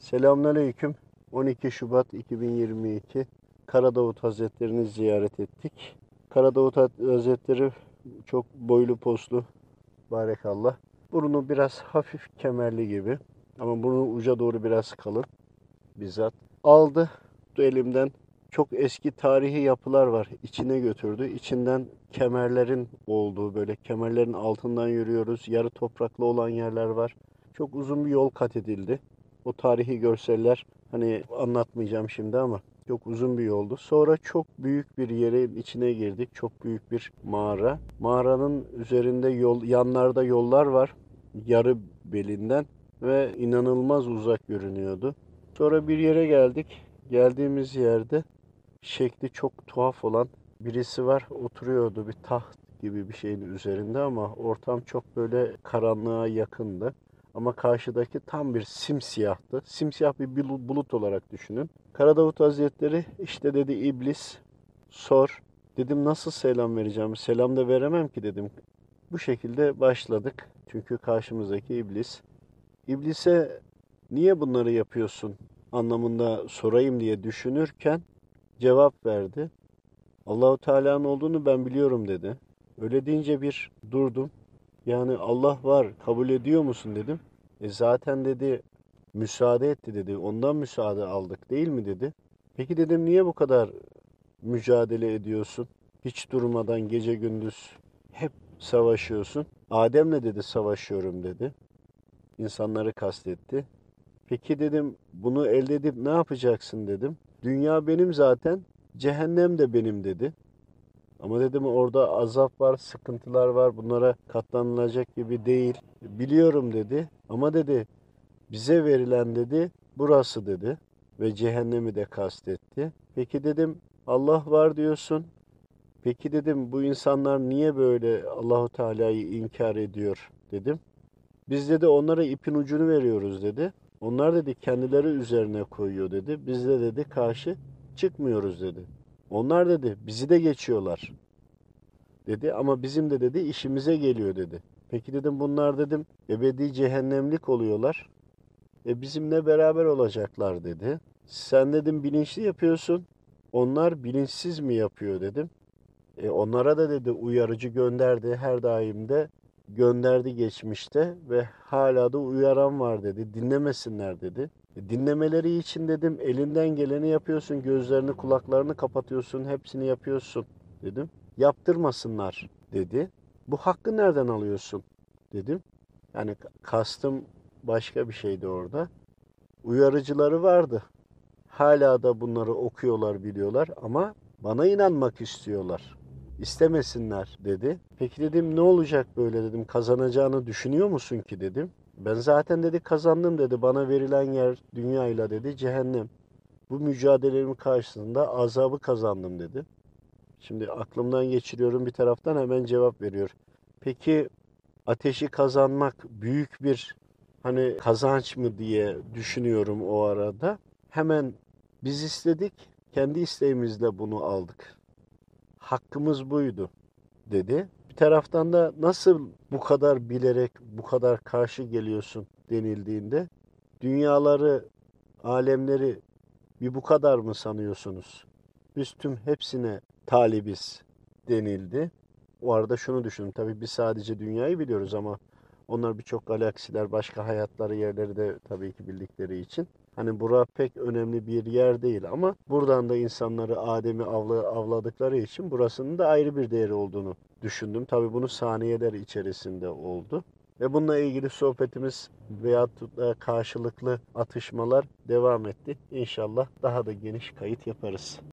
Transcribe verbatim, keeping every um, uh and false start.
Selamünaleyküm. on iki Şubat iki bin yirmi iki Karadavut Hazretleri'ni ziyaret ettik. Karadavut Hazretleri çok boylu poslu, barekallah. Burnu biraz hafif kemerli gibi ama burnu uca doğru biraz kalın bizzat. Aldı elimden, çok eski tarihi yapılar var. İçine götürdü. İçinden kemerlerin olduğu, böyle kemerlerin altından yürüyoruz. Yarı topraklı olan yerler var. Çok uzun bir yol kat edildi. O tarihi görseller, hani anlatmayacağım şimdi ama çok uzun bir yoldu. Sonra çok büyük bir yerin içine girdik. Çok büyük bir mağara. Mağaranın üzerinde yol, yanlarda yollar var. Yarı belinden ve inanılmaz uzak görünüyordu. Sonra bir yere geldik. Geldiğimiz yerde şekli çok tuhaf olan birisi var. Oturuyordu bir taht gibi bir şeyin üzerinde ama ortam çok böyle karanlığa yakındı. Ama karşıdaki tam bir simsiyahtı. Simsiyah bir bulut olarak düşünün. Karadavut Hazretleri işte dedi, iblis sor. Dedim nasıl selam vereceğim? Selam da veremem ki dedim. Bu şekilde başladık. Çünkü karşımızdaki iblis. İblise niye bunları yapıyorsun anlamında sorayım diye düşünürken cevap verdi. Allahu Teala'nın olduğunu ben biliyorum dedi. Öyle deyince bir durdum. Yani Allah var, kabul ediyor musun dedim. E zaten dedi müsaade etti dedi. Ondan müsaade aldık değil mi dedi. Peki dedim niye bu kadar mücadele ediyorsun? Hiç durmadan gece gündüz hep savaşıyorsun. Adem'le dedi savaşıyorum dedi. İnsanları kastetti. Peki dedim bunu elde edip ne yapacaksın dedim. Dünya benim zaten, cehennem de benim dedi. Ama dedim orada azap var, sıkıntılar var, bunlara katlanılacak gibi değil. Biliyorum dedi ama dedi bize verilen dedi burası dedi ve cehennemi de kastetti. Peki dedim Allah var diyorsun. Peki dedim bu insanlar niye böyle Allahu Teala'yı inkar ediyor dedim. Biz dedi onlara ipin ucunu veriyoruz dedi. Onlar dedi kendileri üzerine koyuyor dedi. Biz de dedi karşı çıkmıyoruz dedi. Onlar dedi bizi de geçiyorlar dedi ama bizim de dedi işimize geliyor dedi. Peki dedim bunlar dedim ebedi cehennemlik oluyorlar. E bizimle beraber olacaklar dedi. Sen dedim bilinçli yapıyorsun. Onlar bilinçsiz mi yapıyor dedim. E onlara da dedi uyarıcı gönderdi her daim de gönderdi geçmişte ve hala da uyaran var dedi. Dinlemesinler dedi. E dinlemeleri için dedim elinden geleni yapıyorsun. Gözlerini kulaklarını kapatıyorsun. Hepsini yapıyorsun dedim. Yaptırmasınlar dedi. Bu hakkı nereden alıyorsun dedim. Yani kastım başka bir şeydi orada. Uyarıcıları vardı. Hala da bunları okuyorlar, biliyorlar ama bana inanmak istiyorlar. İstemesinler dedi. Peki dedim ne olacak böyle dedim. Kazanacağını düşünüyor musun ki dedim. Ben zaten dedi kazandım dedi. Bana verilen yer dünyayla dedi cehennem. Bu mücadelelerin karşısında azabı kazandım dedi. Şimdi aklımdan geçiriyorum bir taraftan hemen cevap veriyor. Peki ateşi kazanmak büyük bir hani kazanç mı diye düşünüyorum o arada. Hemen biz istedik, kendi isteğimizle bunu aldık. Hakkımız buydu dedi. Bir taraftan da nasıl bu kadar bilerek bu kadar karşı geliyorsun denildiğinde dünyaları, alemleri bir bu kadar mı sanıyorsunuz? Biz tüm hepsine talibiz denildi. O arada şunu düşünün. Tabii biz sadece dünyayı biliyoruz ama onlar birçok galaksiler, başka hayatları, yerleri de tabii ki bildikleri için. Hani bura pek önemli bir yer değil ama buradan da insanları Adem'i avla, avladıkları için burasının da ayrı bir değeri olduğunu düşündüm. Tabii bunu saniyeler içerisinde oldu. Ve bununla ilgili sohbetimiz veyahut da karşılıklı atışmalar devam etti. İnşallah daha da geniş kayıt yaparız.